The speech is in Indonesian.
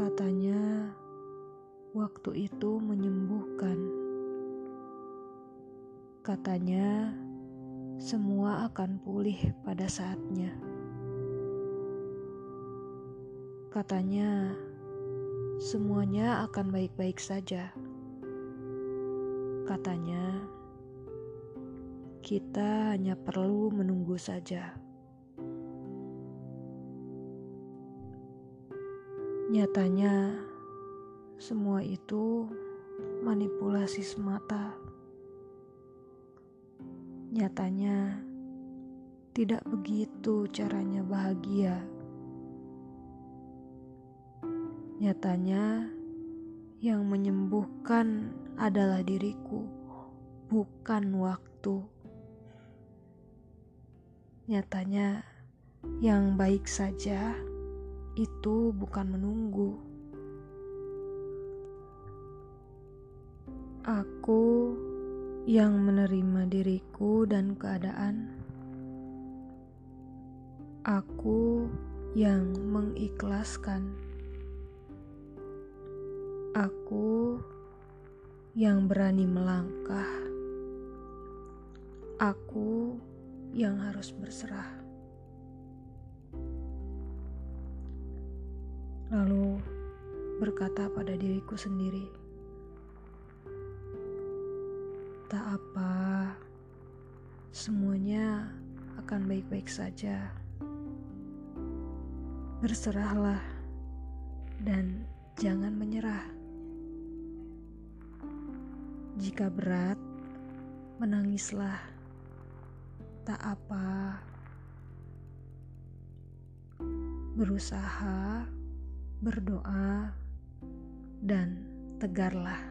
Katanya, waktu itu menyembuhkan. Katanya, semua akan pulih pada saatnya. Katanya, semuanya akan baik-baik saja. Katanya, kita hanya perlu menunggu saja. Nyatanya, semua itu manipulasi semata. Nyatanya, tidak begitu caranya bahagia. Nyatanya, yang menyembuhkan adalah diriku, bukan waktu. Nyatanya, yang baik saja itu bukan menunggu. Aku yang menerima diriku dan keadaan. Aku yang mengikhlaskan. Aku yang berani melangkah. Aku yang harus berserah. Lalu berkata pada diriku sendiri, tak apa, semuanya akan baik-baik saja. Berserahlah dan jangan menyerah. Jika berat, menangislah. Tak apa. Berusaha, berdoa, dan tegarlah.